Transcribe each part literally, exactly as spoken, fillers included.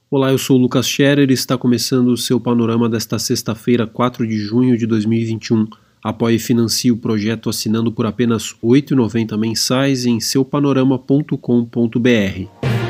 Olá, eu sou o Lucas Scherer e está começando o seu panorama desta sexta-feira, quatro de junho de dois mil e vinte e um. Apoie e financie o projeto assinando por apenas oito reais e noventa centavos mensais em seu panorama ponto com ponto b r.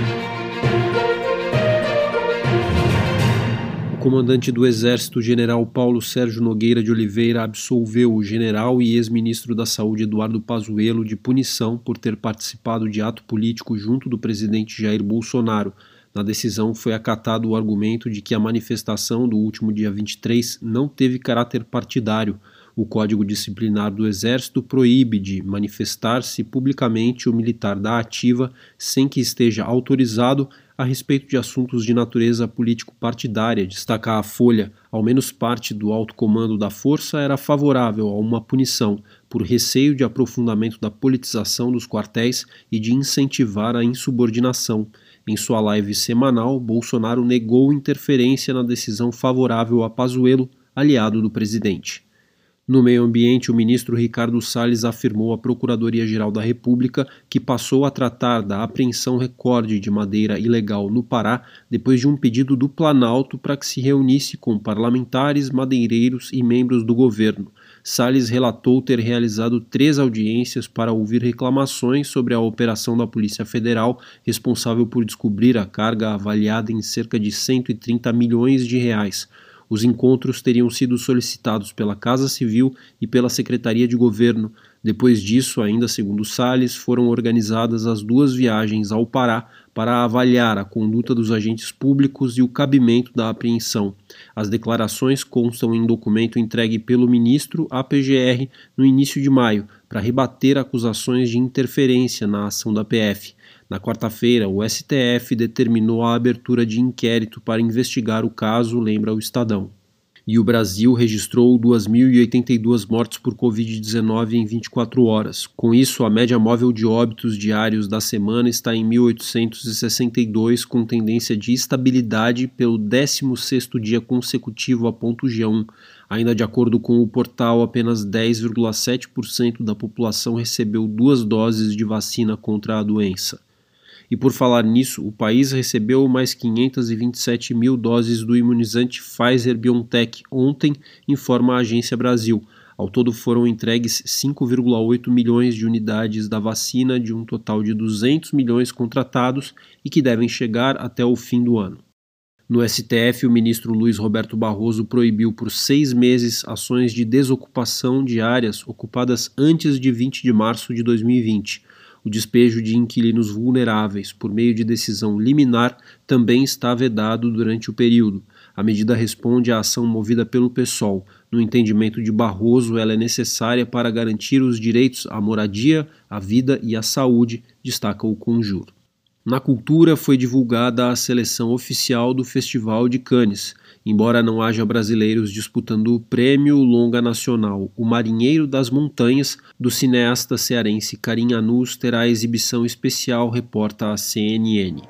O comandante do Exército, general Paulo Sérgio Nogueira de Oliveira, absolveu o general e ex-ministro da Saúde Eduardo Pazuello de punição por ter participado de ato político junto do presidente Jair Bolsonaro. Na decisão foi acatado o argumento de que a manifestação do último dia vinte e três não teve caráter partidário. O Código Disciplinar do Exército proíbe de manifestar-se publicamente o militar da ativa sem que esteja autorizado a respeito de assuntos de natureza político-partidária, destaca a Folha. Ao menos parte do alto comando da força era favorável a uma punição, por receio de aprofundamento da politização dos quartéis e de incentivar a insubordinação. Em sua live semanal, Bolsonaro negou interferência na decisão favorável a Pazuello, aliado do presidente. No meio ambiente, o ministro Ricardo Salles afirmou à Procuradoria-Geral da República que passou a tratar da apreensão recorde de madeira ilegal no Pará depois de um pedido do Planalto para que se reunisse com parlamentares, madeireiros e membros do governo. Salles relatou ter realizado três audiências para ouvir reclamações sobre a operação da Polícia Federal, responsável por descobrir a carga avaliada em cerca de cento e trinta milhões de reais. Os encontros teriam sido solicitados pela Casa Civil e pela Secretaria de Governo. Depois disso, ainda segundo Salles, foram organizadas as duas viagens ao Pará para avaliar a conduta dos agentes públicos e o cabimento da apreensão. As declarações constam em documento entregue pelo ministro à P G R no início de maio, para rebater acusações de interferência na ação da P F. Na quarta-feira, o S T F determinou a abertura de inquérito para investigar o caso, lembra o Estadão. E o Brasil registrou duas mil e oitenta e duas mortes por covid dezenove em vinte e quatro horas. Com isso, a média móvel de óbitos diários da semana está em mil oitocentos e sessenta e dois, com tendência de estabilidade pelo décimo sexto dia consecutivo a ponto G um. Ainda de acordo com o portal, apenas dez vírgula sete por cento da população recebeu duas doses de vacina contra a doença. E por falar nisso, o país recebeu mais quinhentas e vinte e sete mil doses do imunizante Pfizer-BioNTech ontem, informa a Agência Brasil. Ao todo foram entregues cinco vírgula oito milhões de unidades da vacina de um total de duzentos milhões contratados e que devem chegar até o fim do ano. No S T F, o ministro Luiz Roberto Barroso proibiu por seis meses ações de desocupação de áreas ocupadas antes de vinte de março de dois mil e vinte. O despejo de inquilinos vulneráveis por meio de decisão liminar também está vedado durante o período. A medida responde à ação movida pelo PSOL. No entendimento de Barroso, ela é necessária para garantir os direitos à moradia, à vida e à saúde, destaca o Conjuro. Na cultura, foi divulgada a seleção oficial do Festival de Cannes. Embora não haja brasileiros disputando o prêmio longa nacional, O Marinheiro das Montanhas, do cineasta cearense Karim Anus, terá exibição especial, reporta a C N N.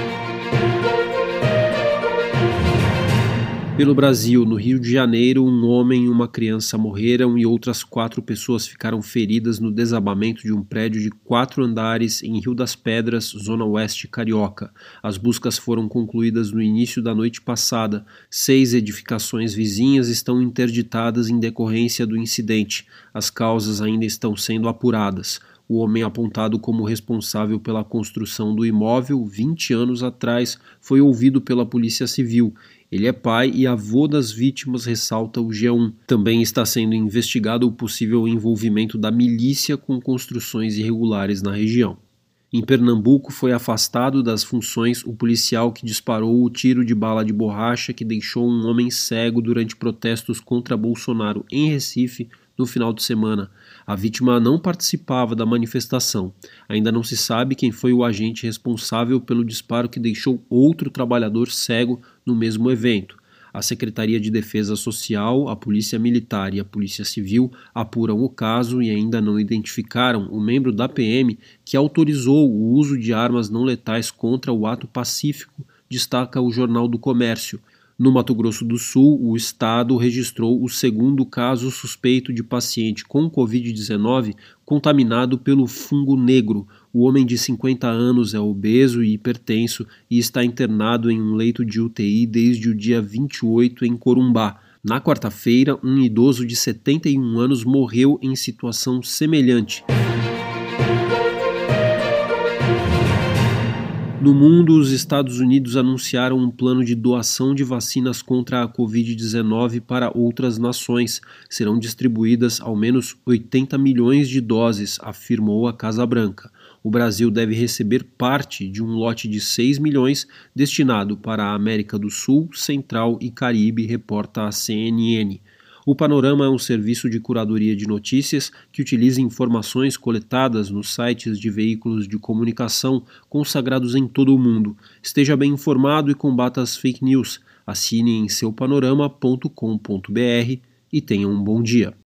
Pelo Brasil, no Rio de Janeiro, um homem e uma criança morreram e outras quatro pessoas ficaram feridas no desabamento de um prédio de quatro andares em Rio das Pedras, zona oeste carioca. As buscas foram concluídas no início da noite passada. Seis edificações vizinhas estão interditadas em decorrência do incidente. As causas ainda estão sendo apuradas. O homem apontado como responsável pela construção do imóvel vinte anos atrás foi ouvido pela Polícia Civil. Ele é pai e avô das vítimas, ressalta o G um. Também está sendo investigado o possível envolvimento da milícia com construções irregulares na região. Em Pernambuco, foi afastado das funções o policial que disparou o tiro de bala de borracha que deixou um homem cego durante protestos contra Bolsonaro em Recife no final de semana. A vítima não participava da manifestação. Ainda não se sabe quem foi o agente responsável pelo disparo que deixou outro trabalhador cego no mesmo evento. A Secretaria de Defesa Social, a Polícia Militar e a Polícia Civil apuram o caso e ainda não identificaram o membro da P M que autorizou o uso de armas não letais contra o ato pacífico, destaca o Jornal do Comércio. No Mato Grosso do Sul, o estado registrou o segundo caso suspeito de paciente com covid dezenove contaminado pelo fungo negro. O homem de cinquenta anos é obeso e hipertenso e está internado em um leito de U T I desde o dia vinte e oito em Corumbá. Na quarta-feira, um idoso de setenta e um anos morreu em situação semelhante. No mundo, os Estados Unidos anunciaram um plano de doação de vacinas contra a covid dezenove para outras nações. Serão distribuídas ao menos oitenta milhões de doses, afirmou a Casa Branca. O Brasil deve receber parte de um lote de seis milhões destinado para a América do Sul, Central e Caribe, reporta a C N N. O Panorama é um serviço de curadoria de notícias que utiliza informações coletadas nos sites de veículos de comunicação consagrados em todo o mundo. Esteja bem informado e combata as fake news. Assine em seu panorama ponto com ponto b r e tenha um bom dia.